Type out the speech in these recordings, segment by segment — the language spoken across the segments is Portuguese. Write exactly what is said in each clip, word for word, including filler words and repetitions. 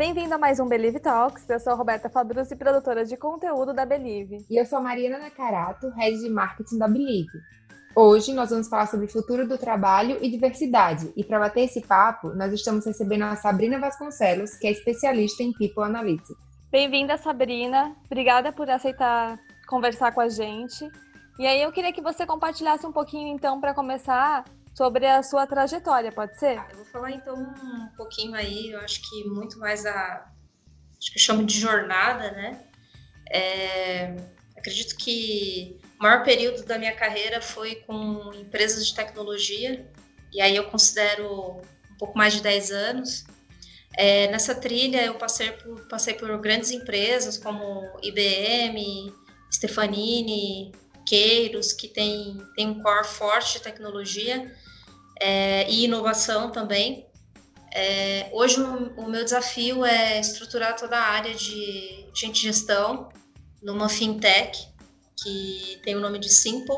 Bem-vindo a mais um Believe Talks. Eu sou a Roberta Fabruzzi, produtora de conteúdo da Believe. E eu sou a Mariana Nakarato, Head de Marketing da Believe. Hoje nós vamos falar sobre o futuro do trabalho e diversidade. E para bater esse papo, nós estamos recebendo a Sabrina Vasconcelos, que é especialista em People Analytics. Bem-vinda, Sabrina. Obrigada por aceitar conversar com a gente. E aí eu queria que você compartilhasse um pouquinho, então, para começar, sobre a sua trajetória, pode ser? Eu vou falar, então, um pouquinho aí, eu acho que muito mais a... acho que eu chamo de jornada, né? É, acredito que o maior período da minha carreira foi com empresas de tecnologia, e aí eu considero um pouco mais de dez anos. É, nessa trilha eu passei por, passei por grandes empresas como I B M, Stefanini, Queiros, que tem, tem um core forte de tecnologia é, e inovação também. É, hoje o, o meu desafio é estruturar toda a área de, de gestão numa fintech que tem o nome de Simple.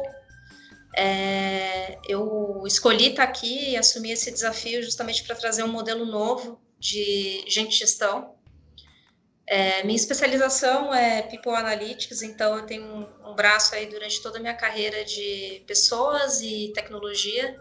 É, eu escolhi estar aqui e assumir esse desafio justamente para trazer um modelo novo de gente gestão. É, minha especialização é People Analytics, então eu tenho um, um braço aí durante toda a minha carreira de pessoas e tecnologia.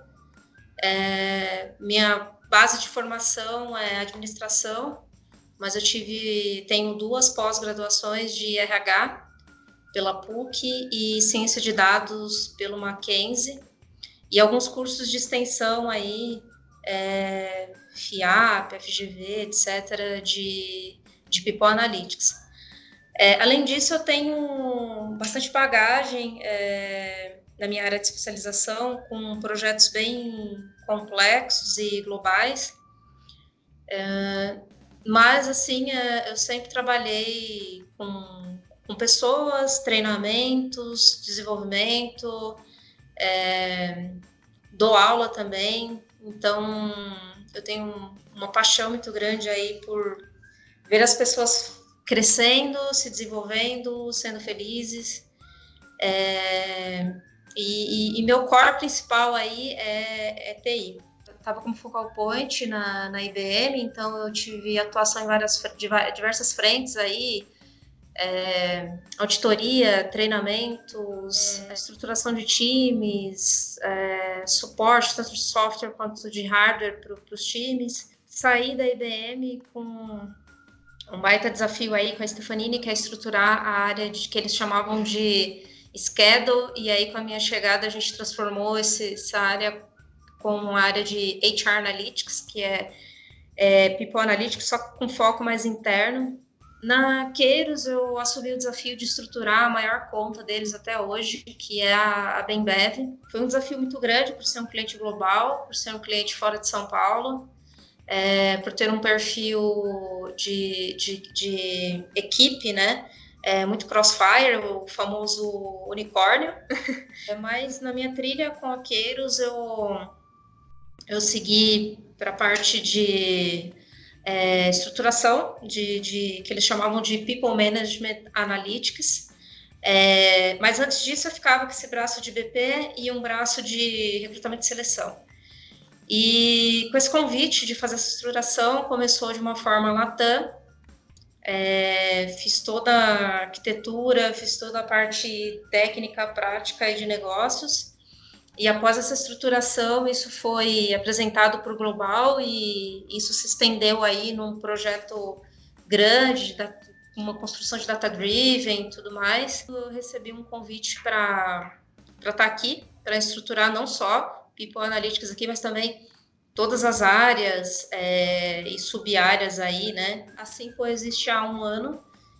É, minha base de formação é administração, mas eu tive, tenho duas pós-graduações de R H pela P U C e ciência de dados pelo Mackenzie e alguns cursos de extensão aí, é, FIAP, F G V, etcétera, de, de People Analytics. É, além disso, eu tenho bastante bagagem é, na minha área de especialização, com projetos bem complexos e globais, é, mas, assim, é, eu sempre trabalhei com, com pessoas, treinamentos, desenvolvimento, é, dou aula também, então eu tenho uma paixão muito grande aí por ver as pessoas crescendo, se desenvolvendo, sendo felizes. É, e, e, e meu core principal aí é, é T I. Eu estava como focal point na, na I B M, então eu tive atuação em várias, diversas frentes aí, é, auditoria, treinamentos, é, estruturação de times, é, suporte tanto de software quanto de hardware para os times. Saí da I B M com um baita desafio aí com a Stefanini, que é estruturar a área de, que eles chamavam de schedule, e aí com a minha chegada a gente transformou esse, essa área com uma área de H R Analytics, que é, é People Analytics, só com foco mais interno. Na Queiros eu assumi o desafio de estruturar a maior conta deles até hoje, que é a, a Bembev. Foi um desafio muito grande por ser um cliente global, por ser um cliente fora de São Paulo, é, por ter um perfil de, de, de equipe, né? É, muito crossfire, o famoso unicórnio. Mas na minha trilha com a Queiros eu, eu segui para a parte de é, estruturação, de, de, que eles chamavam de People Management Analytics. É, mas antes disso eu ficava com esse braço de B P e um braço de recrutamento e seleção. E com esse convite de fazer essa estruturação, começou de uma forma Latam, é, fiz toda a arquitetura, fiz toda a parte técnica, prática e de negócios, e após essa estruturação, isso foi apresentado para o Global e isso se estendeu aí num projeto grande, uma construção de data-driven e tudo mais. Eu recebi um convite para estar aqui, para estruturar não só People Analytics aqui, mas também todas as áreas é, e sub-áreas aí, né? Assim coexiste há um ano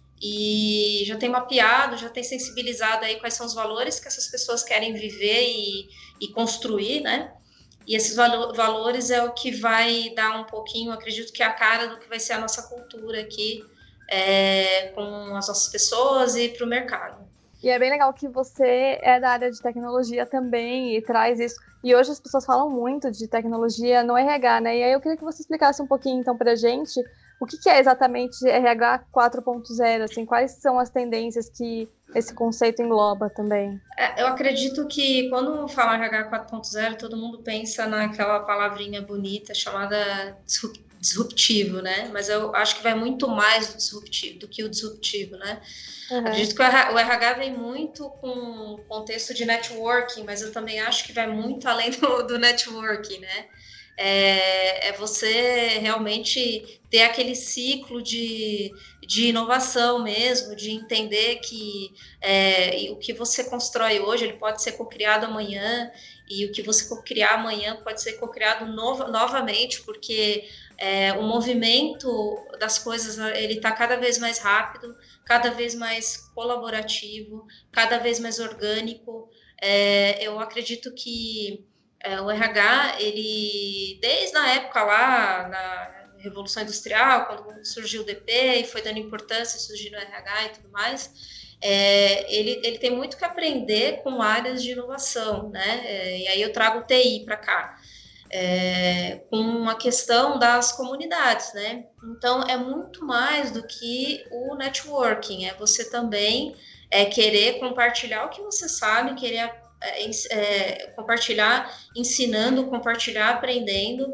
e já tem mapeado, já tem sensibilizado aí quais são os valores que essas pessoas querem viver e, e construir, né? E esses valo- valores é o que vai dar um pouquinho, acredito que é a cara do que vai ser a nossa cultura aqui é, com as nossas pessoas e para o mercado. E é bem legal que você é da área de tecnologia também e traz isso. E hoje as pessoas falam muito de tecnologia no R H, né? E aí eu queria que você explicasse um pouquinho, então, pra gente o que, que é exatamente R H quatro ponto zero, assim, quais são as tendências que esse conceito engloba também? É, eu acredito que quando fala R H quatro ponto zero, todo mundo pensa naquela palavrinha bonita chamada disruptivo, né? Mas eu acho que vai muito mais do disruptivo do que o disruptivo, né? Uhum. Acredito que o R H vem muito com o contexto de networking, mas eu também acho que vai muito além do, do networking, né? É, é você realmente ter aquele ciclo de, de inovação mesmo, de entender que é, o que você constrói hoje, ele pode ser cocriado amanhã, e o que você cocriar amanhã pode ser cocriado nova, novamente, porque é, o movimento das coisas, ele está cada vez mais rápido, cada vez mais colaborativo, cada vez mais orgânico. É, eu acredito que é, o R H, ele, desde a época lá, na Revolução Industrial, quando surgiu o D P e foi dando importância, surgindo o R H e tudo mais, é, ele, ele tem muito que aprender com áreas de inovação, né? É, e aí eu trago o T I para cá. É, com a questão das comunidades, né? Então, é muito mais do que o networking, é você também é, querer compartilhar o que você sabe, querer é, é, compartilhar ensinando, compartilhar aprendendo,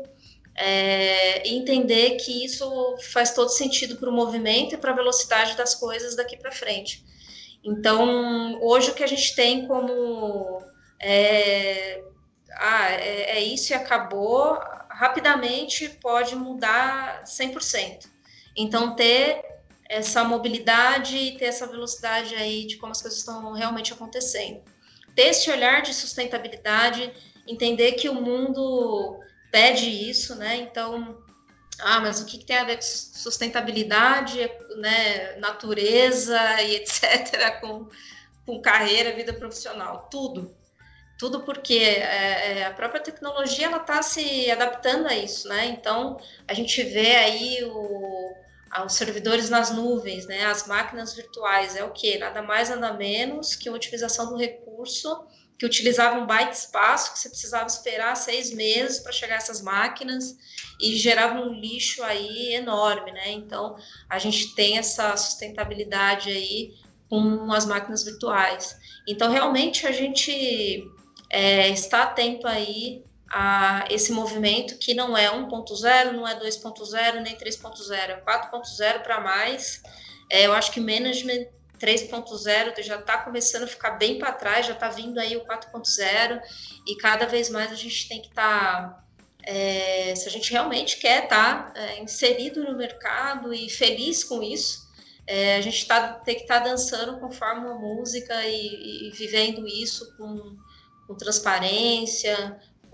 é, e entender que isso faz todo sentido para o movimento e para a velocidade das coisas daqui para frente. Então, hoje o que a gente tem como... É, ah, é, é isso e acabou, rapidamente pode mudar cem por cento. Então, ter essa mobilidade e ter essa velocidade aí de como as coisas estão realmente acontecendo. Ter esse olhar de sustentabilidade, entender que o mundo pede isso, né? Então, ah, mas o que, que tem a ver com sustentabilidade, né, natureza e etcétera, com, com carreira, vida profissional? Tudo. Tudo porque é, a própria tecnologia ela está se adaptando a isso, né? Então a gente vê aí o, os servidores nas nuvens, né? As máquinas virtuais é o quê? Nada mais nada menos que a utilização do recurso que utilizava um baita espaço, que você precisava esperar seis meses para chegar a essas máquinas e gerava um lixo aí enorme, né? Então a gente tem essa sustentabilidade aí com as máquinas virtuais. Então realmente a gente É, está atento aí a esse movimento que não é um ponto zero, não é dois ponto zero, nem três ponto zero, é quatro ponto zero para mais. É, eu acho que management três ponto zero já está começando a ficar bem para trás, já está vindo aí o quatro ponto zero e cada vez mais a gente tem que estar... Tá, é, se a gente realmente quer estar tá, é, inserido no mercado e feliz com isso, é, a gente tá, tem que estar tá dançando conforme uma música e, e vivendo isso com... com transparência,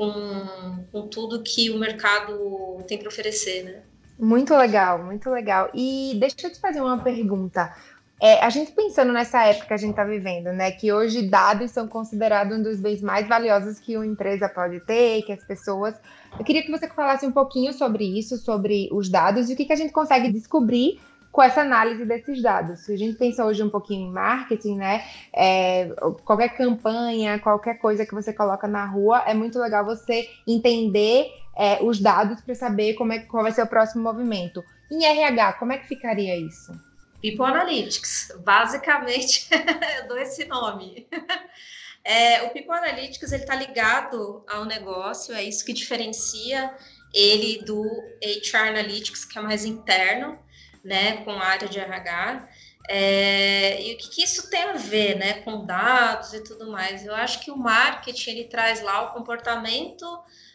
com, com tudo que o mercado tem para oferecer, né? Muito legal, muito legal. E deixa eu te fazer uma pergunta. É, a gente pensando nessa época que a gente está vivendo, né? Que hoje dados são considerados um dos bens mais valiosos que uma empresa pode ter, que as pessoas... Eu queria que você falasse um pouquinho sobre isso, sobre os dados e o que, que a gente consegue descobrir com essa análise desses dados. Se a gente pensa hoje um pouquinho em marketing, né? É, qualquer campanha, qualquer coisa que você coloca na rua, é muito legal você entender é, os dados para saber como é, qual vai ser o próximo movimento. Em R H, como é que ficaria isso? People Analytics. Basicamente, eu dou esse nome. É, o People Analytics está ligado ao negócio, é isso que diferencia ele do H R Analytics, que é mais interno, né, com a área de R H, é, e o que, que isso tem a ver, né, com dados e tudo mais? Eu acho que o marketing, ele traz lá o comportamento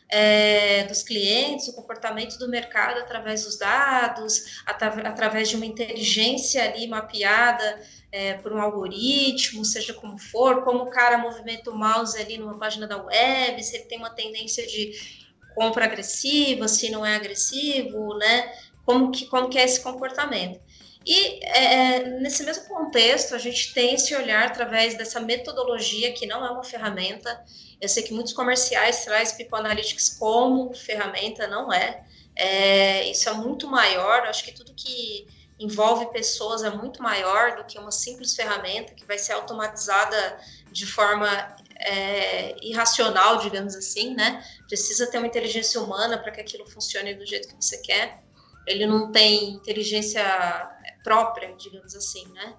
é, dos clientes, o comportamento do mercado através dos dados, atra- através de uma inteligência ali mapeada é, por um algoritmo, seja como for, como o cara movimenta o mouse ali numa página da web, se ele tem uma tendência de compra agressiva, se não é agressivo, né? Como que, como que é esse comportamento. E é, nesse mesmo contexto, a gente tem esse olhar através dessa metodologia, que não é uma ferramenta. Eu sei que muitos comerciais trazem People Analytics como ferramenta, não é. é. Isso é muito maior, acho que tudo que envolve pessoas é muito maior do que uma simples ferramenta que vai ser automatizada de forma é, irracional, digamos assim, né? Precisa ter uma inteligência humana para que aquilo funcione do jeito que você quer. Ele não tem inteligência própria, digamos assim, né?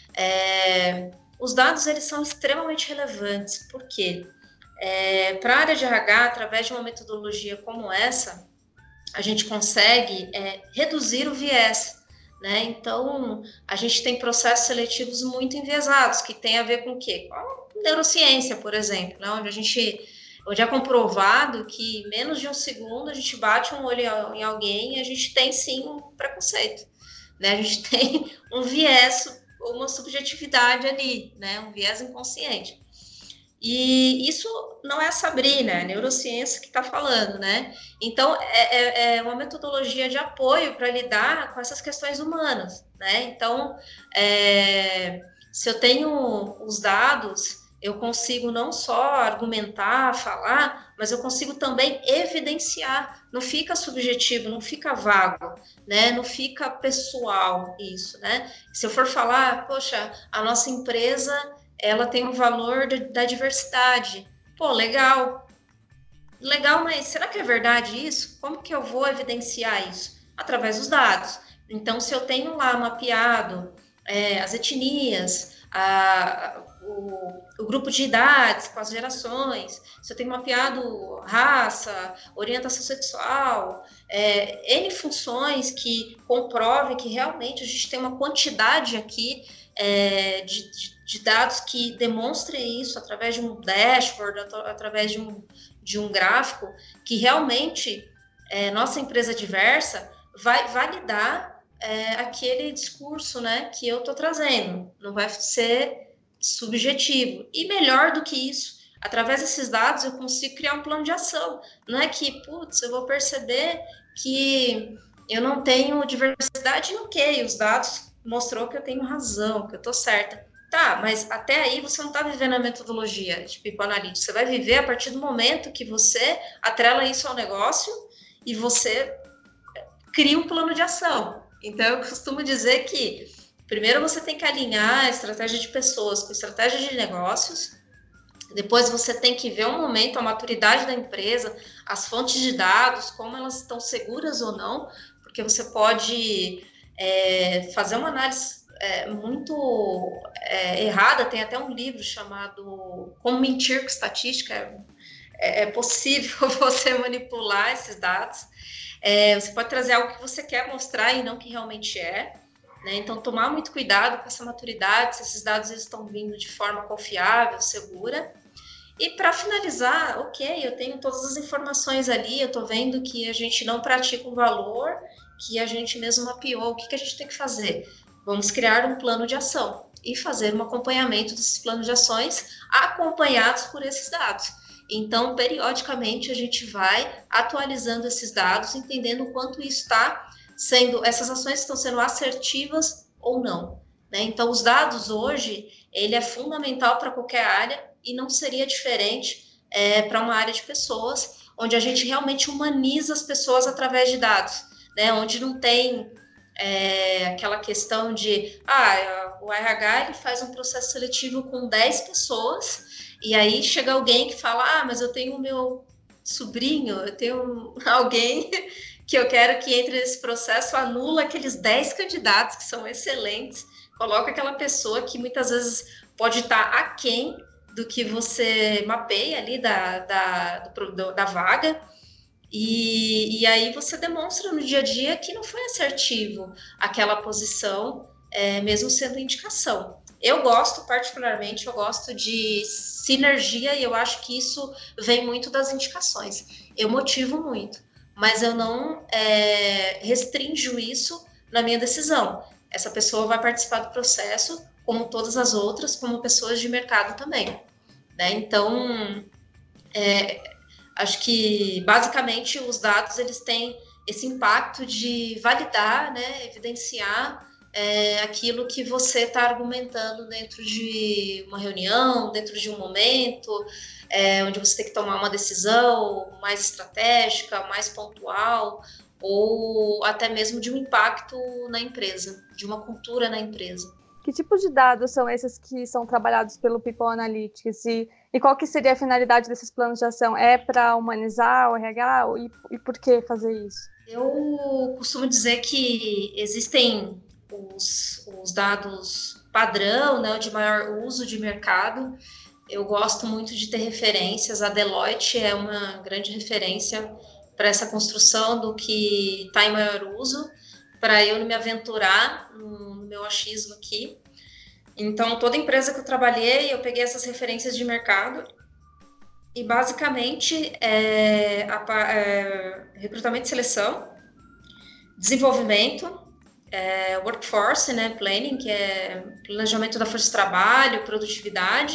É, os dados, eles são extremamente relevantes, porque é, para a área de R H, através de uma metodologia como essa, a gente consegue é, reduzir o viés, né? Então, a gente tem processos seletivos muito enviesados, que tem a ver com o quê? Com a neurociência, por exemplo, né? Onde a gente, onde é comprovado que em menos de um segundo a gente bate um olho em alguém e a gente tem sim um preconceito, né? A gente tem um viés, uma subjetividade ali, né? Um viés inconsciente. E isso não é a Sabrina, é a neurociência que está falando, né? Então, é, é, é uma metodologia de apoio para lidar com essas questões humanas, né? Então, é, se eu tenho os dados, eu consigo não só argumentar, falar, mas eu consigo também evidenciar. Não fica subjetivo, não fica vago, né? Não fica pessoal isso, né? Se eu for falar, poxa, a nossa empresa ela tem o valor de, da diversidade. Pô, legal. Legal, mas será que é verdade isso? Como que eu vou evidenciar isso? Através dos dados. Então, se eu tenho lá mapeado é, as etnias, a, o, o grupo de idades com as gerações, se eu tenho mapeado raça, orientação sexual, é, N funções que comprovem que realmente a gente tem uma quantidade aqui é, de, de de dados que demonstrem isso através de um dashboard, através de um, de um gráfico, que realmente é, nossa empresa diversa vai validar é, aquele discurso, né, que eu estou trazendo. Não vai ser subjetivo. E melhor do que isso, através desses dados eu consigo criar um plano de ação. Não é que, putz, eu vou perceber que eu não tenho diversidade, ok, os dados mostrou que eu tenho razão, que eu estou certa. Tá, mas até aí você não está vivendo a metodologia de People Analytics. Você vai viver a partir do momento que você atrela isso ao negócio e você cria um plano de ação. Então, eu costumo dizer que primeiro você tem que alinhar a estratégia de pessoas com a estratégia de negócios. Depois você tem que ver o momento, a maturidade da empresa, as fontes de dados, como elas estão seguras ou não, porque você pode é, fazer uma análise É, muito é, errada. Tem até um livro chamado Como Mentir com Estatística. É, é possível você manipular esses dados. É, você pode trazer algo que você quer mostrar e não que realmente é, né? Então, tomar muito cuidado com essa maturidade, se esses dados estão vindo de forma confiável, segura. E para finalizar, ok, eu tenho todas as informações ali, eu estou vendo que a gente não pratica um valor que a gente mesmo mapeou. O que, que a gente tem que fazer? Vamos criar um plano de ação e fazer um acompanhamento desses planos de ações acompanhados por esses dados. Então, periodicamente, a gente vai atualizando esses dados, entendendo o quanto isso está sendo, essas ações estão sendo assertivas ou não, né? Então, os dados hoje, ele é fundamental para qualquer área e não seria diferente é, para uma área de pessoas, onde a gente realmente humaniza as pessoas através de dados, né? Onde não tem É, aquela questão de ah, o R H ele faz um processo seletivo com dez pessoas e aí chega alguém que fala, ah, mas eu tenho o meu sobrinho, eu tenho alguém que eu quero que entre nesse processo, anula aqueles dez candidatos que são excelentes, coloca aquela pessoa que muitas vezes pode estar aquém do que você mapeia ali da, da, do, da vaga. E, e aí você demonstra no dia a dia que não foi assertivo aquela posição, é, mesmo sendo indicação. Eu gosto, particularmente, eu gosto de sinergia e eu acho que isso vem muito das indicações. Eu motivo muito, mas eu não é, restringo isso na minha decisão. Essa pessoa vai participar do processo, como todas as outras, como pessoas de mercado também, né? Então, é, acho que, basicamente, os dados eles têm esse impacto de validar, né, evidenciar é, aquilo que você está argumentando dentro de uma reunião, dentro de um momento, é, onde você tem que tomar uma decisão mais estratégica, mais pontual, ou até mesmo de um impacto na empresa, de uma cultura na empresa. Que tipo de dados são esses que são trabalhados pelo People Analytics? E, e qual que seria a finalidade desses planos de ação? É para humanizar o R H? E, e por que fazer isso? Eu costumo dizer que existem os, os dados padrão, né, de maior uso de mercado. Eu gosto muito de ter referências. A Deloitte é uma grande referência para essa construção do que está em maior uso, para eu não me aventurar no, no meu achismo aqui. Então, toda empresa que eu trabalhei, eu peguei essas referências de mercado e, basicamente, é, a, é, recrutamento e seleção, desenvolvimento, é, workforce, né, planning, que é planejamento da força de trabalho, produtividade,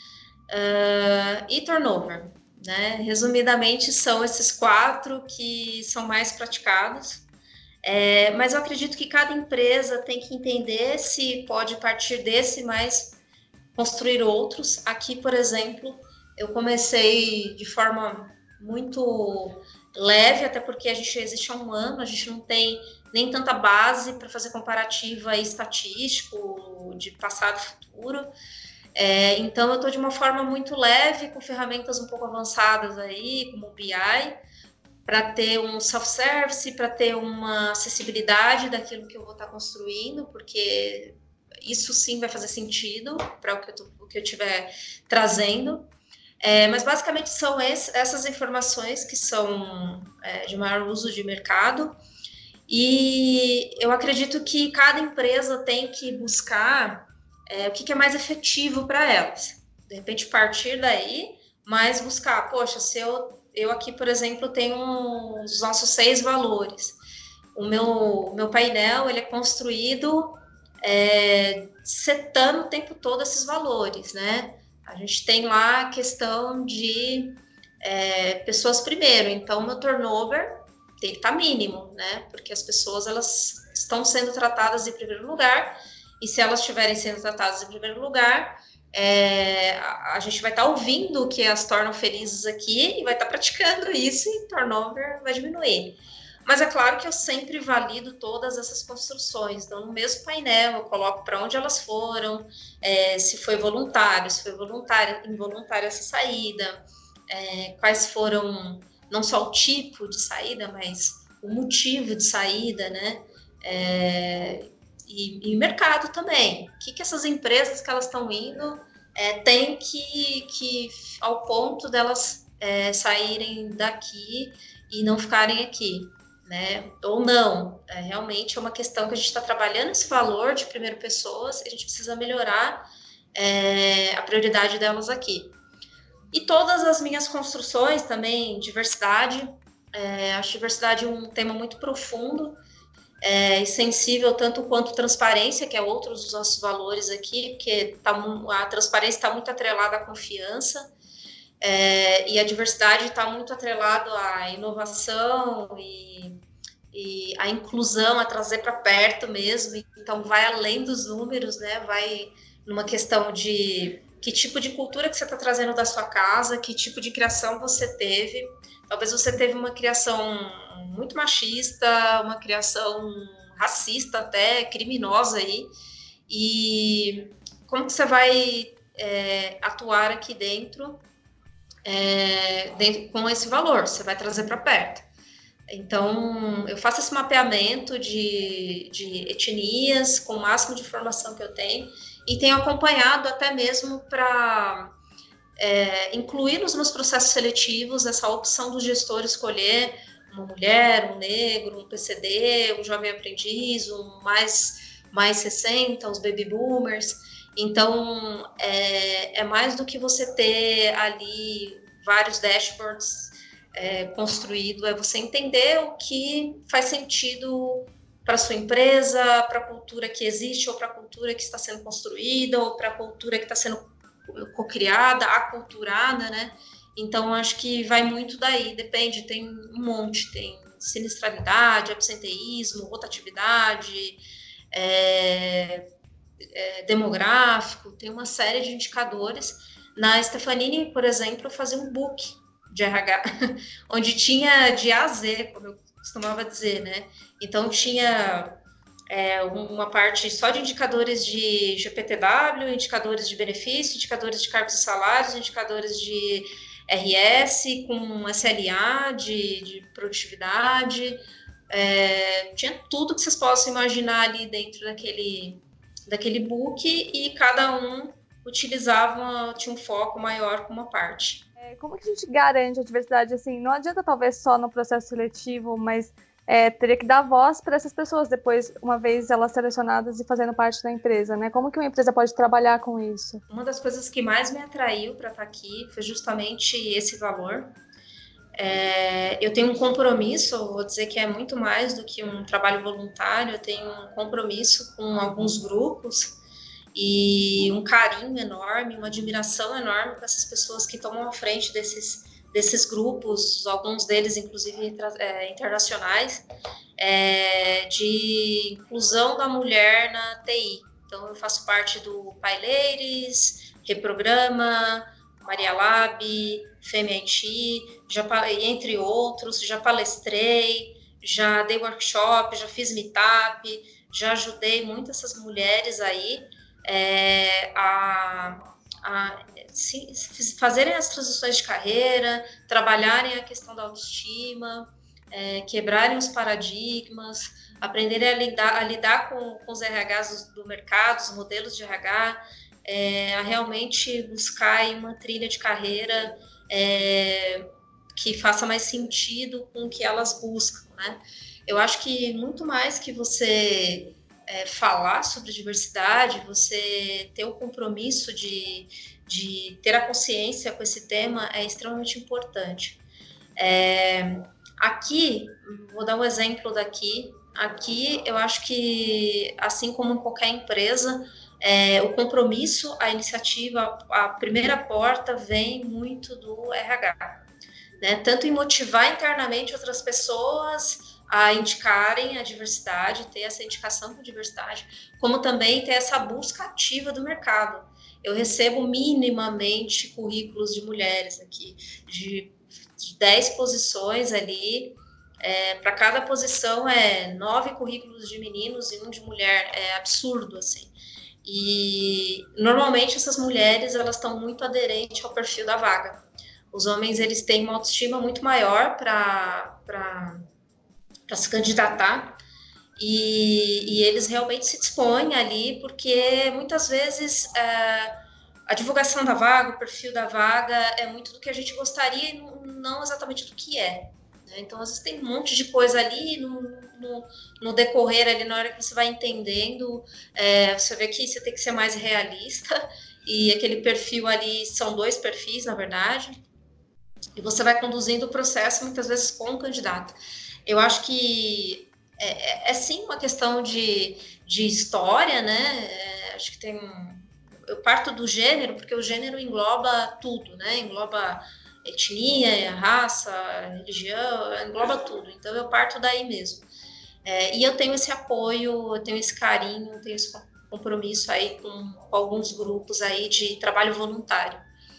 uh, e turnover. Né? Resumidamente, são esses quatro que são mais praticados. É, mas eu acredito que cada empresa tem que entender se pode partir desse, mas construir outros. Aqui, por exemplo, eu comecei de forma muito leve, até porque a gente existe há um ano, a gente não tem nem tanta base para fazer comparativa estatístico de passado e futuro. É, então, eu estou de uma forma muito leve, com ferramentas um pouco avançadas aí, como o B I, para ter um self-service, para ter uma acessibilidade daquilo que eu vou estar construindo, porque isso sim vai fazer sentido para o que eu, o que eu estiver trazendo. É, mas basicamente são esse, essas informações que são é, de maior uso de mercado, e eu acredito que cada empresa tem que buscar é, o que, que é mais efetivo para elas. De repente partir daí, mas buscar, poxa, se eu Eu aqui, por exemplo, tenho os nossos seis valores. O meu, meu painel ele é construído é, setando o tempo todo esses valores, né? A gente tem lá a questão de é, pessoas primeiro. Então, o meu turnover tem que estar mínimo, né? Porque as pessoas elas estão sendo tratadas em primeiro lugar, e se elas estiverem sendo tratadas em primeiro lugar, É, a, a gente vai estar tá ouvindo o que as tornam felizes aqui e vai estar tá praticando isso, e turnover vai diminuir. Mas é claro que eu sempre valido todas essas construções. Então, no mesmo painel, eu coloco para onde elas foram, é, se foi voluntário, se foi voluntária, involuntária essa saída, é, quais foram, não só o tipo de saída, mas o motivo de saída, né? É, E, e mercado também. O que, que essas empresas que elas estão indo é, têm que, que, ao ponto delas é, saírem daqui e não ficarem aqui, né? Ou não. É, realmente é uma questão que a gente está trabalhando esse valor de primeiro pessoas, e a gente precisa melhorar é, a prioridade delas aqui. E todas as minhas construções também, diversidade, é, acho diversidade um tema muito profundo, É, e sensível tanto quanto transparência, que é outro dos nossos valores aqui, porque tá, a transparência está muito atrelada à confiança, é, e a diversidade está muito atrelada à inovação e, e à inclusão, a trazer para perto mesmo. Então vai além dos números, né? Vai numa questão de que tipo de cultura que você está trazendo da sua casa, que tipo de criação você teve. Talvez você teve uma criação muito machista, uma criação racista até, criminosa aí, e como que você vai é, atuar aqui dentro, é, dentro com esse valor, você vai trazer para perto. Então, eu faço esse mapeamento de, de etnias com o máximo de informação que eu tenho, e tenho acompanhado até mesmo para é, incluir nos meus processos seletivos essa opção do gestor escolher uma mulher, um negro, um P C D, um jovem aprendiz, um mais, mais sessenta, os baby boomers. Então, é, é mais do que você ter ali vários dashboards é, construídos, é você entender o que faz sentido para a sua empresa, para a cultura que existe, ou para a cultura que está sendo construída, ou para a cultura que está sendo cocriada, aculturada, né? Então, acho que vai muito daí, depende, tem um monte, tem sinistralidade, absenteísmo, rotatividade, é, é, demográfico, tem uma série de indicadores. Na Stefanini, por exemplo, eu fazia um book de R H, onde tinha de A a Z, como eu costumava dizer, né? Então, tinha é, uma parte só de indicadores de G P T W, indicadores de benefício, indicadores de cargos e salários, indicadores de R S, com S L A, de, de produtividade, é, tinha tudo que vocês possam imaginar ali dentro daquele, daquele book, e cada um utilizava, tinha um foco maior com uma parte. Como que a gente garante a diversidade, assim, não adianta talvez só no processo seletivo, mas é, teria que dar voz para essas pessoas depois, uma vez elas selecionadas e fazendo parte da empresa, né? Como que uma empresa pode trabalhar com isso? Uma das coisas que mais me atraiu para estar aqui foi justamente esse valor. É, eu tenho um compromisso, vou dizer que é muito mais do que um trabalho voluntário, eu tenho um compromisso com alguns grupos e um carinho enorme, uma admiração enorme para essas pessoas que tomam a frente desses, desses grupos, alguns deles inclusive é, internacionais, é, de inclusão da mulher na T I. Então eu faço parte do Paileires, Reprograma, Maria Lab, Fêmea I T, já, entre outros, já palestrei, já dei workshop, já fiz meetup, já ajudei muitas essas mulheres aí é, a, a se, fazerem as transições de carreira, trabalharem a questão da autoestima, é, quebrarem os paradigmas, aprenderem a lidar, a lidar com, com os R Hs do, do mercado, os modelos de R H, É, a realmente buscar uma trilha de carreira é, que faça mais sentido com o que elas buscam, né? Eu acho que muito mais que você é, falar sobre diversidade, você ter o compromisso de, de ter a consciência com esse tema é extremamente importante. É, aqui, vou dar um exemplo daqui, aqui eu acho que, assim como em qualquer empresa, É, o compromisso, a iniciativa, a primeira porta vem muito do R H, né? Tanto em motivar internamente outras pessoas a indicarem a diversidade, ter essa indicação com diversidade, como também ter essa busca ativa do mercado. Eu recebo minimamente currículos de mulheres aqui, de, de dez posições ali, é, para cada posição é nove currículos de meninos e um de mulher, é absurdo, assim. E normalmente essas mulheres elas estão muito aderentes ao perfil da vaga. Os homens eles têm uma autoestima muito maior para para se candidatar e, e eles realmente se dispõem ali porque muitas vezes é, a divulgação da vaga, o perfil da vaga é muito do que a gente gostaria e não, não exatamente do que é. Então, às vezes tem um monte de coisa ali no, no, no decorrer, ali na hora que você vai entendendo, é, você vê que você tem que ser mais realista, e aquele perfil ali, são dois perfis, na verdade, e você vai conduzindo o processo, muitas vezes, com o candidato. Eu acho que é, é, é sim uma questão de, de história, né? É, acho que tem... Eu parto do gênero, porque o gênero engloba tudo, né? Engloba etnia, raça, religião, engloba tudo. Então, eu parto daí mesmo. É, e eu tenho esse apoio, eu tenho esse carinho, eu tenho esse compromisso aí com, com alguns grupos aí de trabalho voluntário.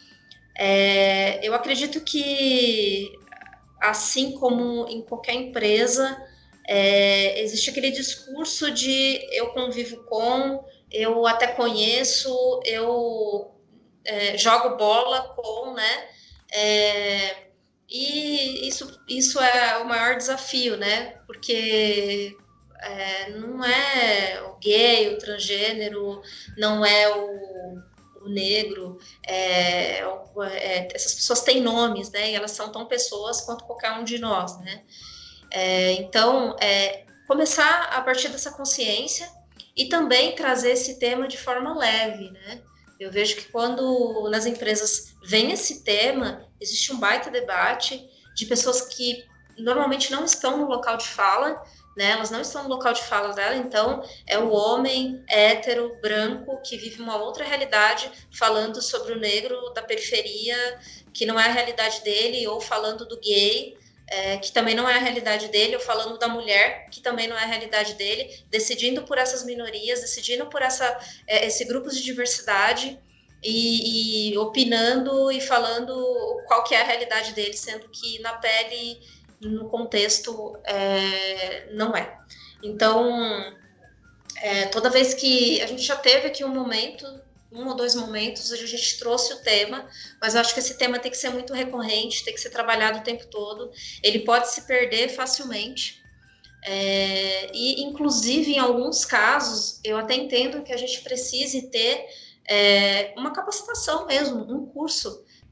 É, eu acredito que, assim como em qualquer empresa, é, existe aquele discurso de eu convivo com, eu até conheço, eu é, jogo bola com, né? É, e isso, isso é o maior desafio, né? Porque é, não é o gay, o transgênero, não é o, o negro, é, é, essas pessoas têm nomes, né? E elas são tão pessoas quanto qualquer um de nós, né? É, então, é, começar a partir dessa consciência e também trazer esse tema de forma leve, né? Eu vejo que quando nas empresas vem esse tema, existe um baita debate de pessoas que normalmente não estão no local de fala, né? Elas não estão no local de fala dela, então é o homem hétero, branco, que vive uma outra realidade, falando sobre o negro da periferia, que não é a realidade dele, ou falando do gay, É, que também não é a realidade dele, ou falando da mulher, que também não é a realidade dele, decidindo por essas minorias, decidindo por essa, é, esse grupo de diversidade e, e opinando e falando qual que é a realidade dele, sendo que na pele, no contexto, é, não é. Então, é, toda vez que a gente já teve aqui um momento, um ou dois momentos, onde a gente trouxe o tema, mas eu acho que esse tema tem que ser muito recorrente, tem que ser trabalhado o tempo todo, ele pode se perder facilmente, é, e inclusive em alguns casos, eu até entendo que a gente precise ter é, uma capacitação mesmo, um curso,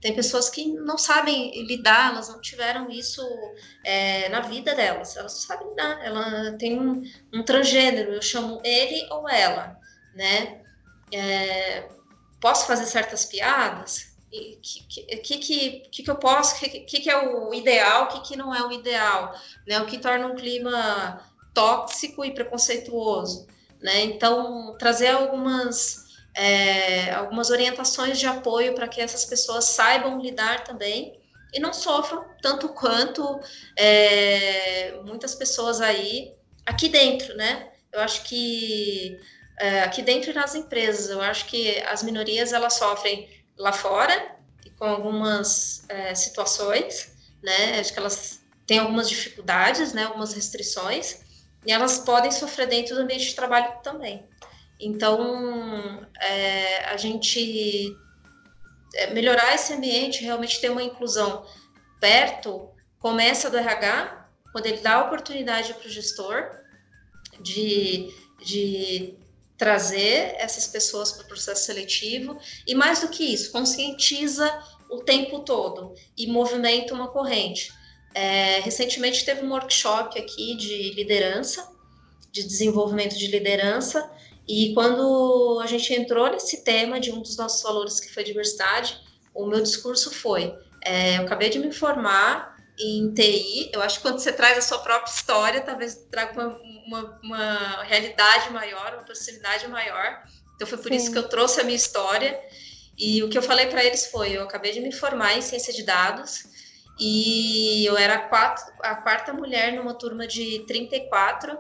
Tem pessoas que não sabem lidar, elas não tiveram isso é, na vida delas, elas não sabem lidar. Ela tem um, um transgênero, eu chamo ele ou ela, né? É, posso fazer certas piadas? O que, que, que, que, que eu posso? O que, que, que é o ideal? O que, que não é o ideal? Né? O que torna um clima tóxico e preconceituoso, né? Então, trazer algumas... É, algumas orientações de apoio para que essas pessoas saibam lidar também e não sofram tanto quanto é, muitas pessoas aí aqui dentro, né? Eu acho que é, aqui dentro e nas empresas, eu acho que as minorias elas sofrem lá fora e com algumas é, situações, né? Acho que elas têm algumas dificuldades, né? Algumas restrições e elas podem sofrer dentro do ambiente de trabalho também. Então, é, a gente é, melhorar esse ambiente, realmente ter uma inclusão perto, começa do R H, quando ele dá a oportunidade para o gestor de, de trazer essas pessoas para o processo seletivo, e mais do que isso, conscientiza o tempo todo e movimenta uma corrente. É, recentemente teve um workshop aqui de liderança, de desenvolvimento de liderança, e quando a gente entrou nesse tema de um dos nossos valores, que foi diversidade, o meu discurso foi, é, eu acabei de me formar em T I, eu acho que quando você traz a sua própria história, talvez traga uma, uma, uma realidade maior, uma proximidade maior, então foi por Sim. isso que eu trouxe a minha história, e o que eu falei para eles foi, eu acabei de me formar em ciência de dados, e eu era a, quatro, a quarta mulher numa turma de trinta e quatro,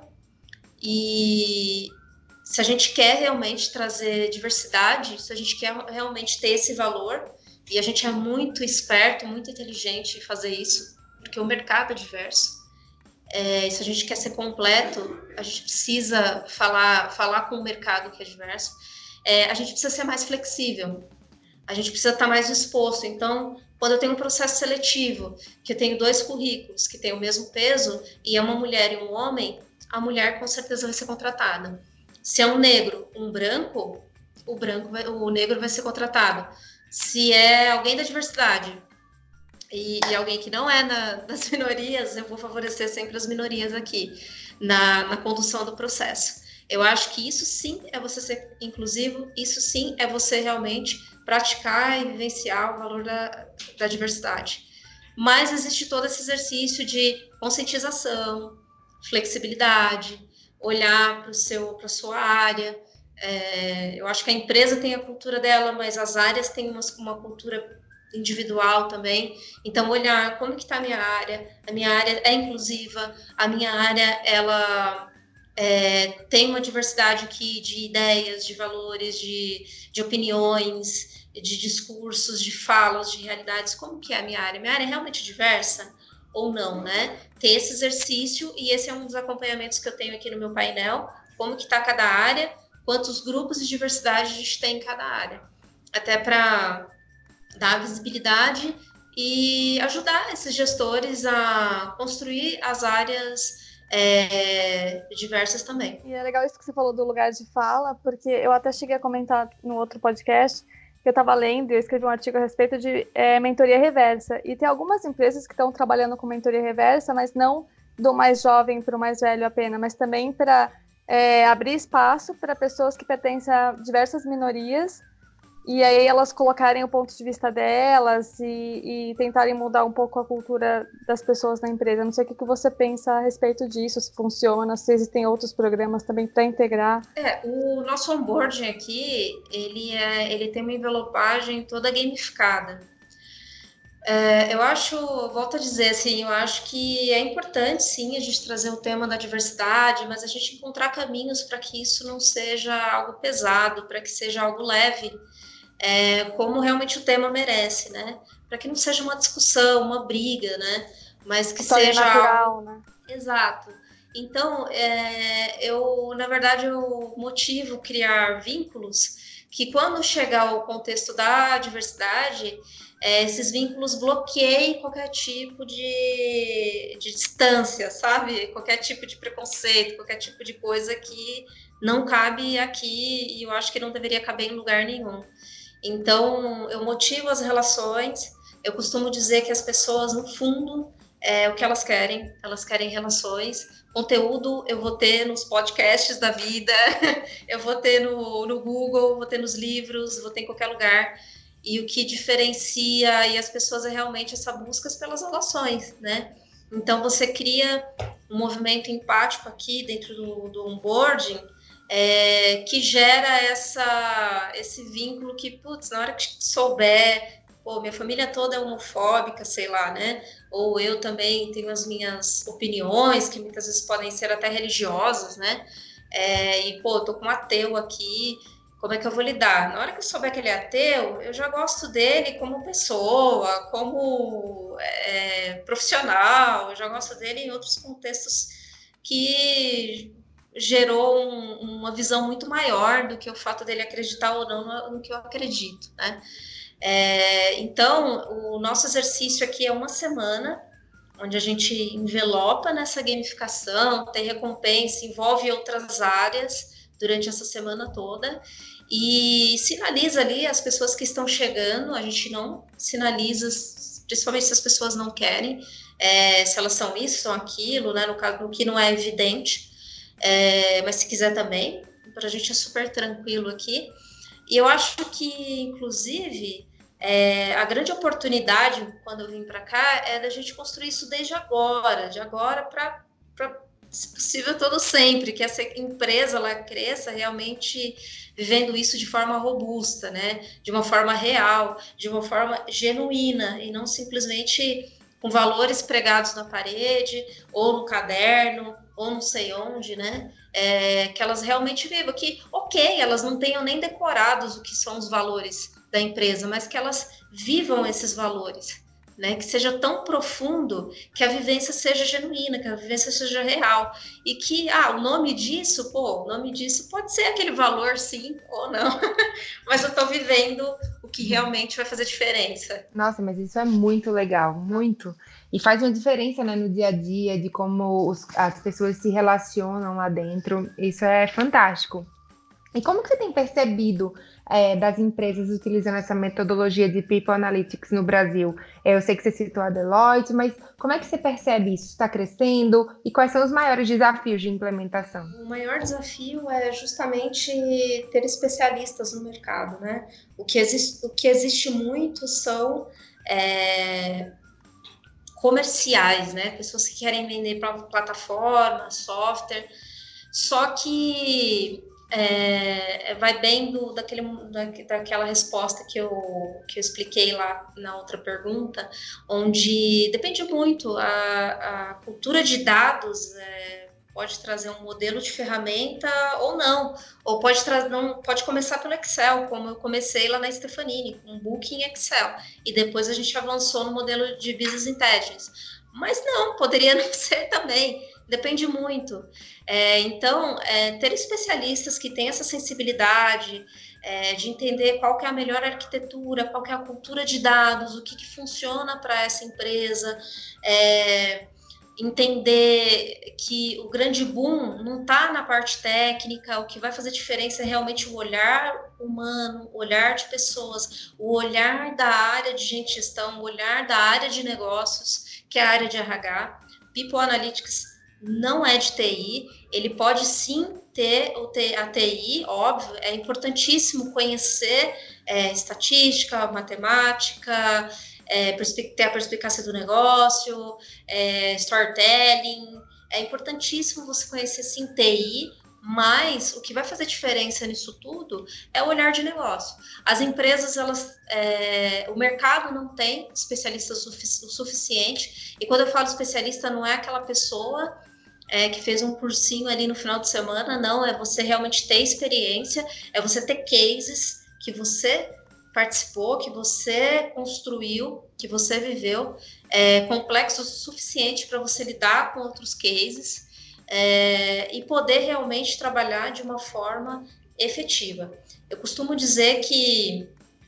e se a gente quer realmente trazer diversidade, se a gente quer realmente ter esse valor, e a gente é muito esperto, muito inteligente em fazer isso, porque o mercado é diverso, é, se a gente quer ser completo, a gente precisa falar, falar com o mercado que é diverso, é, a gente precisa ser mais flexível, a gente precisa estar mais disposto. Então, quando eu tenho um processo seletivo, que eu tenho dois currículos que têm o mesmo peso, e é uma mulher e um homem, a mulher com certeza vai ser contratada. Se é um negro, um branco, o branco, vai, o negro vai ser contratado. Se é alguém da diversidade e, e alguém que não é na, das minorias, eu vou favorecer sempre as minorias aqui na, na condução do processo. Eu acho que isso sim é você ser inclusivo, isso sim é você realmente praticar e vivenciar o valor da, da diversidade. Mas existe todo esse exercício de conscientização, flexibilidade, olhar para o seu, para a sua área. É, eu acho que a empresa tem a cultura dela, mas as áreas têm uma, uma cultura individual também. Então, olhar como que está a minha área, a minha área é inclusiva, a minha área, ela é, tem uma diversidade aqui de ideias, de valores, de, de opiniões, de discursos, de falas, de realidades. Como que é a minha área? Minha área é realmente diversa? Ou não, né? Ter esse exercício, e esse é um dos acompanhamentos que eu tenho aqui no meu painel, como que está cada área, quantos grupos de diversidade a gente tem em cada área, até para dar visibilidade e ajudar esses gestores a construir as áreas é, diversas também. E é legal isso que você falou do lugar de fala, porque eu até cheguei a comentar no outro podcast que eu estava lendo e eu escrevi um artigo a respeito de é, mentoria reversa. E tem algumas empresas que estão trabalhando com mentoria reversa, mas não do mais jovem para o mais velho apenas, mas também para é, abrir espaço para pessoas que pertencem a diversas minorias e aí elas colocarem o ponto de vista delas e, e tentarem mudar um pouco a cultura das pessoas na empresa. Não sei o que, que você pensa a respeito disso, se funciona, se existem outros programas também para integrar. É, o nosso onboarding aqui, ele, é, ele tem uma envelopagem toda gamificada. É, eu acho, volto a dizer, assim, eu acho que é importante, sim, a gente trazer o tema da diversidade, mas a gente encontrar caminhos para que isso não seja algo pesado, para que seja algo leve, é, como realmente o tema merece, né? Para que não seja uma discussão, uma briga, né? Mas que História seja natural, algo... né? Exato. Então, é, eu, na verdade, eu motivo criar vínculos que, quando chegar ao contexto da diversidade, é, esses vínculos bloqueiem qualquer tipo de, de distância, sabe? Qualquer tipo de preconceito, qualquer tipo de coisa que não cabe aqui e eu acho que não deveria caber em lugar nenhum. Então, eu motivo as relações, eu costumo dizer que as pessoas, no fundo, é o que elas querem, elas querem relações. Conteúdo eu vou ter nos podcasts da vida, eu vou ter no, no Google, vou ter nos livros, vou ter em qualquer lugar. E o que diferencia aí as pessoas é realmente essa busca pelas relações, né? Então, você cria um movimento empático aqui dentro do, do onboarding, é, que gera essa, esse vínculo que, putz, na hora que souber, pô, minha família toda é homofóbica, sei lá, né? Ou eu também tenho as minhas opiniões, que muitas vezes podem ser até religiosas, né? É, e, pô, tô com um ateu aqui, como é que eu vou lidar? Na hora que eu souber que ele é ateu, eu já gosto dele como pessoa, como é, profissional, eu já gosto dele em outros contextos que gerou um, uma visão muito maior do que o fato dele acreditar ou não no, no que eu acredito, né? É, então, o nosso exercício aqui é uma semana, onde a gente envelopa nessa gamificação, tem recompensa, envolve outras áreas durante essa semana toda e sinaliza ali as pessoas que estão chegando. A gente não sinaliza, principalmente se as pessoas não querem, é, se elas são isso, são aquilo, né? No caso, no que não é evidente, é, mas se quiser também, para a gente é super tranquilo aqui. E eu acho que, inclusive, é, a grande oportunidade, quando eu vim para cá, é da gente construir isso desde agora, de agora para, se possível, todo sempre, que essa empresa ela cresça realmente vivendo isso de forma robusta, né? De uma forma real, de uma forma genuína, e não simplesmente com valores pregados na parede, ou no caderno, ou não sei onde, né? É, que elas realmente vivam, que, ok, elas não tenham nem decorados o que são os valores da empresa, mas que elas vivam esses valores, né? Que seja tão profundo que a vivência seja genuína, que a vivência seja real. E que, ah, o nome disso, pô, o nome disso pode ser aquele valor, sim, ou não, mas eu tô vivendo o que realmente vai fazer diferença. Nossa, mas isso é muito legal, muito. E faz uma diferença, né, no dia a dia, de como os- as pessoas se relacionam lá dentro. Isso é fantástico. E como que você tem percebido é, das empresas utilizando essa metodologia de People Analytics no Brasil? É, eu sei que você citou a Deloitte, mas como é que você percebe isso? Está crescendo? E quais são os maiores desafios de implementação? O maior desafio é justamente ter especialistas no mercado, né? O que existe, o que existe muito são é, comerciais, né? Pessoas que querem vender para plataforma, software, só que é, vai bem do, daquele, da, daquela resposta que eu, que eu expliquei lá na outra pergunta, onde depende muito, a, a cultura de dados é, pode trazer um modelo de ferramenta ou não, ou pode, tra- não, pode começar pelo Excel, como eu comecei lá na Stefanini, um Booking Excel, e depois a gente avançou no modelo de Business Intelligence. Mas não, poderia não ser também, depende muito. É, então, é, ter especialistas que têm essa sensibilidade é, de entender qual que é a melhor arquitetura, qual que é a cultura de dados, o que, que funciona para essa empresa, é, entender que o grande boom não está na parte técnica, o que vai fazer diferença é realmente o olhar humano, o olhar de pessoas, o olhar da área de gente de gestão, o olhar da área de negócios, que é a área de R H. People Analytics não é de T I, ele pode sim ter a T I, óbvio, é importantíssimo conhecer é, estatística, matemática, é, ter a perspicácia do negócio, é, storytelling, é importantíssimo você conhecer sim T I, mas o que vai fazer diferença nisso tudo é o olhar de negócio. As empresas, elas, é, o mercado não tem especialistas o suficiente, e quando eu falo especialista, não é aquela pessoa é, que fez um cursinho ali no final de semana, não, é você realmente ter experiência, é você ter cases que você participou, que você construiu, que você viveu, é, complexo o suficiente para você lidar com outros cases é, e poder realmente trabalhar de uma forma efetiva. Eu costumo dizer que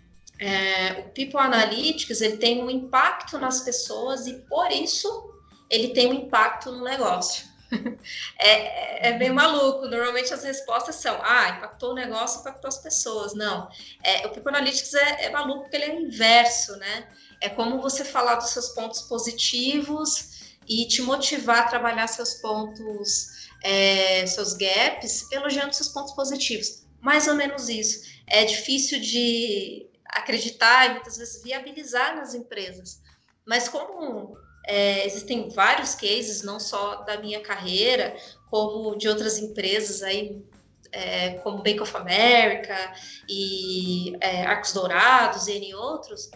é, o People Analytics ele tem um impacto nas pessoas e por isso ele tem um impacto no negócio. É, é meio maluco. Normalmente as respostas são: ah, impactou o negócio, impactou as pessoas. Não. É, o People Analytics é, é maluco porque ele é o inverso, né? É como você falar dos seus pontos positivos e te motivar a trabalhar seus pontos, é, seus gaps, elogiando seus pontos positivos. Mais ou menos isso. É difícil de acreditar e muitas vezes viabilizar nas empresas. Mas como é, existem vários cases, não só da minha carreira, como de outras empresas aí, é, como Bank of America e é, Arcos Dourados e N outros,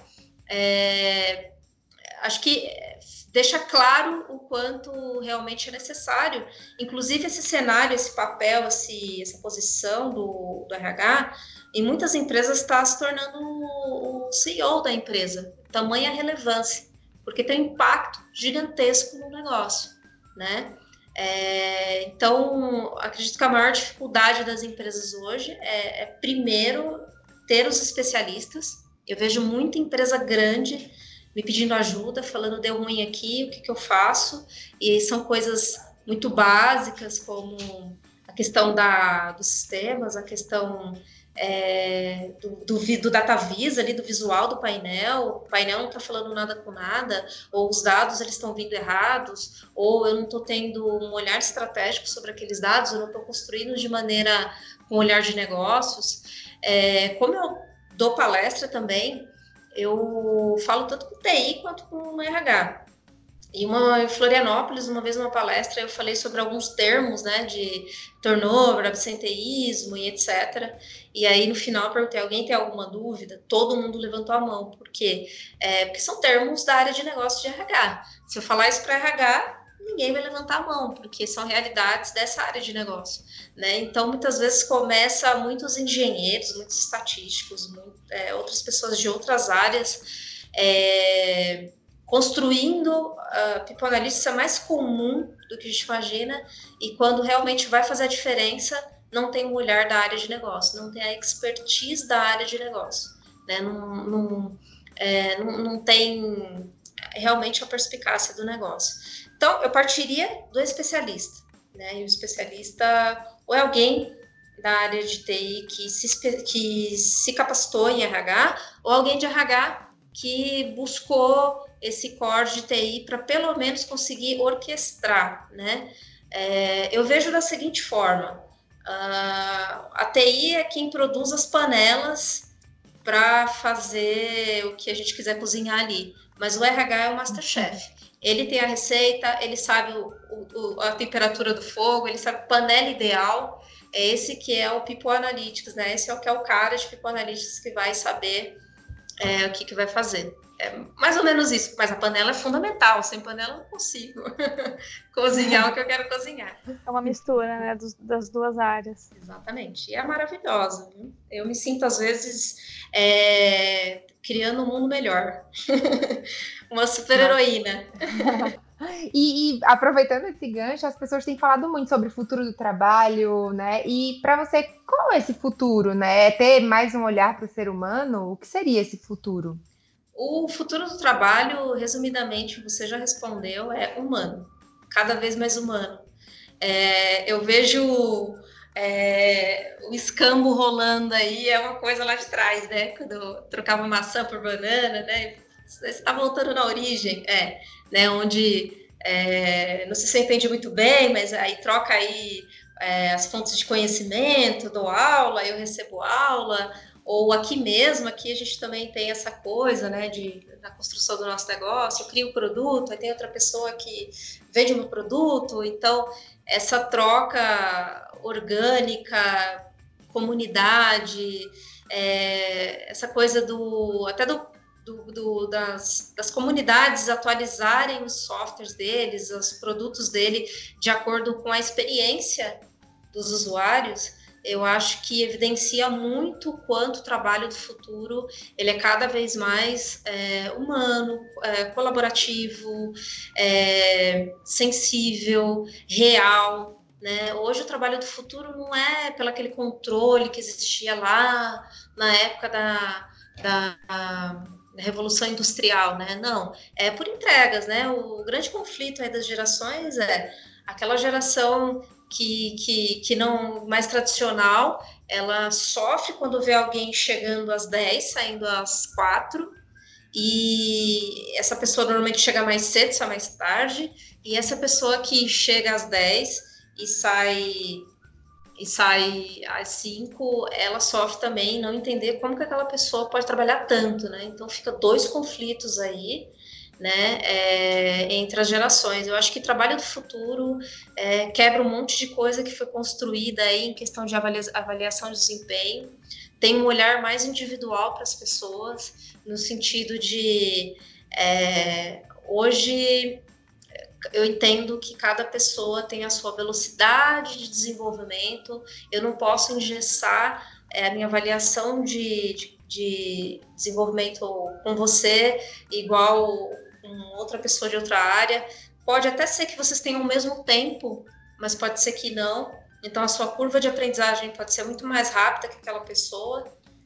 é, acho que deixa claro o quanto realmente é necessário. Inclusive, esse cenário, esse papel, esse, essa posição do, do R H, em muitas empresas está se tornando o C E O da empresa, tamanha relevância, porque tem um impacto gigantesco no negócio, né? É, então, acredito que a maior dificuldade das empresas hoje é, é, primeiro, ter os especialistas. Eu vejo muita empresa grande me pedindo ajuda, falando deu ruim aqui, o que, que eu faço? E são coisas muito básicas, como a questão da, dos sistemas, a questão é, do, do, do DataVis, ali, do visual do painel, o painel não está falando nada com nada, ou os dados eles estão vindo errados, ou eu não estou tendo um olhar estratégico sobre aqueles dados, eu não estou construindo de maneira com olhar de negócios. É, como eu dou palestra também, eu falo tanto com T I quanto com R H. E uma, em Florianópolis, uma vez numa palestra, eu falei sobre alguns termos, né, de turnover, absenteísmo e etcétera. E aí, no final, eu perguntei, alguém tem alguma dúvida? Todo mundo levantou a mão. Por quê? É, porque são termos da área de negócio de R H. Se eu falar isso para R H, ninguém vai levantar a mão, porque são realidades dessa área de negócio, né? Então, muitas vezes começa muitos engenheiros, muitos estatísticos, muito, é, outras pessoas de outras áreas, é, construindo a People Analytics é mais comum do que a gente imagina, e quando realmente vai fazer a diferença, não tem o olhar da área de negócio, não tem a expertise da área de negócio, né? Não, não, é, não, não tem realmente a perspicácia do negócio. Então, eu partiria do especialista, né? E o especialista ou é alguém da área de T I que se, que se capacitou em R H, ou alguém de R H que buscou esse core de T I para pelo menos conseguir orquestrar, né? É, eu vejo da seguinte forma, uh, a T I é quem produz as panelas para fazer o que a gente quiser cozinhar ali, mas o R H é o Masterchef. Ele tem a receita, ele sabe o, o, a temperatura do fogo, ele sabe a panela ideal. É esse que é o People Analytics, né? Esse é o que é o cara de People Analytics que vai saber é, o que, que vai fazer. É mais ou menos isso, mas a panela é fundamental. Sem panela eu não consigo cozinhar o que eu quero cozinhar. É uma mistura, né, dos, das duas áreas. Exatamente. E é maravilhosa, viu? Eu me sinto, às vezes, é, criando um mundo melhor. Uma super-heroína. E, e aproveitando esse gancho, as pessoas têm falado muito sobre o futuro do trabalho, né? E para você, qual é esse futuro, né? É ter mais um olhar para o ser humano? O que seria esse futuro? O futuro do trabalho, resumidamente, você já respondeu, é humano. Cada vez mais humano. É, eu vejo é, o escambo rolando aí, é uma coisa lá de trás, né? Quando eu trocava maçã por banana, né? Você está voltando na origem, é, né? Onde é, não sei se você entende muito bem, mas aí troca aí é, as fontes de conhecimento, dou aula, eu recebo aula, ou aqui mesmo, aqui a gente também tem essa coisa, né, de, na construção do nosso negócio, eu crio o produto, aí tem outra pessoa que vende o meu produto, então essa troca orgânica, comunidade, é, essa coisa do, até do, do, do das, das comunidades atualizarem os softwares deles, os produtos dele, de acordo com a experiência dos usuários, eu acho que evidencia muito quanto o trabalho do futuro ele é cada vez mais é, humano, é, colaborativo, é, sensível, real, né? Hoje o trabalho do futuro não é pelo aquele controle que existia lá na época da, da, da Revolução Industrial, né? Não, é por entregas, né? O grande conflito aí das gerações é Aquela geração que, que, que não mais tradicional, ela sofre quando vê alguém chegando às dez, saindo às quatro, e essa pessoa normalmente chega mais cedo, sai mais tarde, e essa pessoa que chega às dez e sai e sai às cinco, ela sofre também não entender como que aquela pessoa pode trabalhar tanto, né? Então fica dois conflitos aí, né, é, entre as gerações. Eu acho que trabalho do futuro é, quebra um monte de coisa que foi construída aí em questão de avalia, avaliação de desempenho, tem um olhar mais individual para as pessoas, no sentido de é, hoje eu entendo que cada pessoa tem a sua velocidade de desenvolvimento, eu não posso engessar é, a minha avaliação de, de, de desenvolvimento com você igual com outra pessoa de outra área. Pode até ser que vocês tenham o mesmo tempo, mas pode ser que não. Então, a sua curva de aprendizagem pode ser muito mais rápida que aquela pessoa.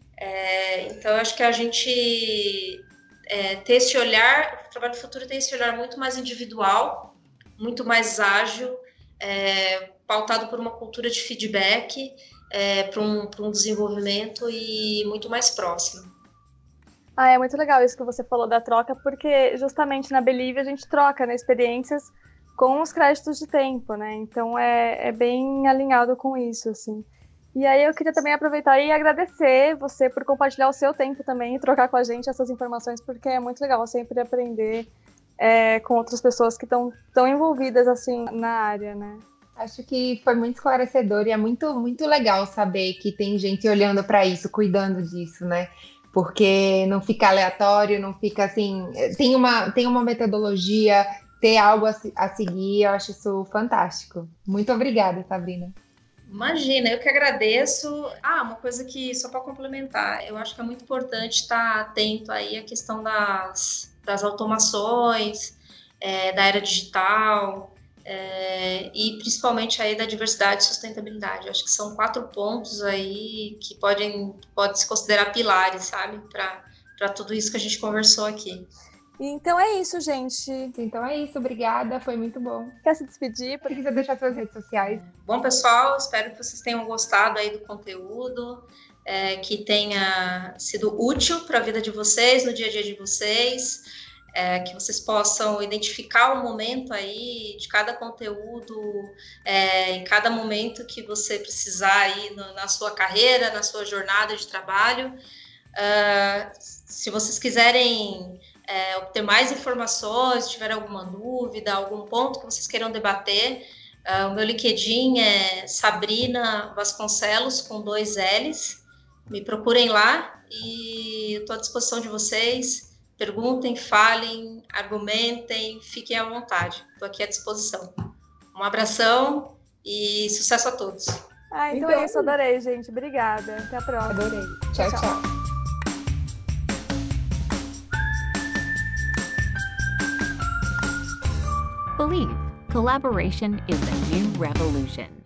É, então, eu acho que a gente é, ter esse olhar, o trabalho do futuro tem esse olhar muito mais individual, muito mais ágil, é, pautado por uma cultura de feedback, é, para um, para um desenvolvimento e muito mais próximo. Ah, é muito legal isso que você falou da troca, porque justamente na Believe a gente troca, né, experiências com os créditos de tempo, né? Então é, é bem alinhado com isso, assim. E aí eu queria também aproveitar e agradecer você por compartilhar o seu tempo também e trocar com a gente essas informações, porque é muito legal sempre aprender é, com outras pessoas que estão tão envolvidas, assim, na área, né? Acho que foi muito esclarecedor e é muito, muito legal saber que tem gente olhando para isso, cuidando disso, né? Porque não fica aleatório, não fica assim... Tem uma, tem uma metodologia, ter algo a, a seguir, eu acho isso fantástico. Muito obrigada, Sabrina. Imagina, eu que agradeço. Ah, uma coisa que, só para complementar, eu acho que é muito importante estar atento aí à questão das, das automações, é, da era digital, é, e principalmente aí da diversidade e sustentabilidade. Eu acho que são quatro pontos aí que podem, podem se considerar pilares, sabe, para tudo isso que a gente conversou aqui. Então é isso, gente. Então é isso, obrigada, foi muito bom. Quer se despedir? Se quiser deixar suas redes sociais. Bom, pessoal, espero que vocês tenham gostado aí do conteúdo, é, que tenha sido útil para a vida de vocês, no dia a dia de vocês, é, que vocês possam identificar o momento aí de cada conteúdo, é, em cada momento que você precisar aí no, na sua carreira, na sua jornada de trabalho. Uh, se vocês quiserem É, obter mais informações, se tiver alguma dúvida, algum ponto que vocês queiram debater, uh, o meu LinkedIn é Sabrina Vasconcelos, com dois L's. Me procurem lá e estou à disposição de vocês. Perguntem, falem, argumentem, fiquem à vontade. Estou aqui à disposição. Um abração e sucesso a todos. Ah, então, então é isso, adorei, gente. Obrigada. Até a próxima. Adorei. Tchau, tchau. tchau. Believe, collaboration is the new revolution.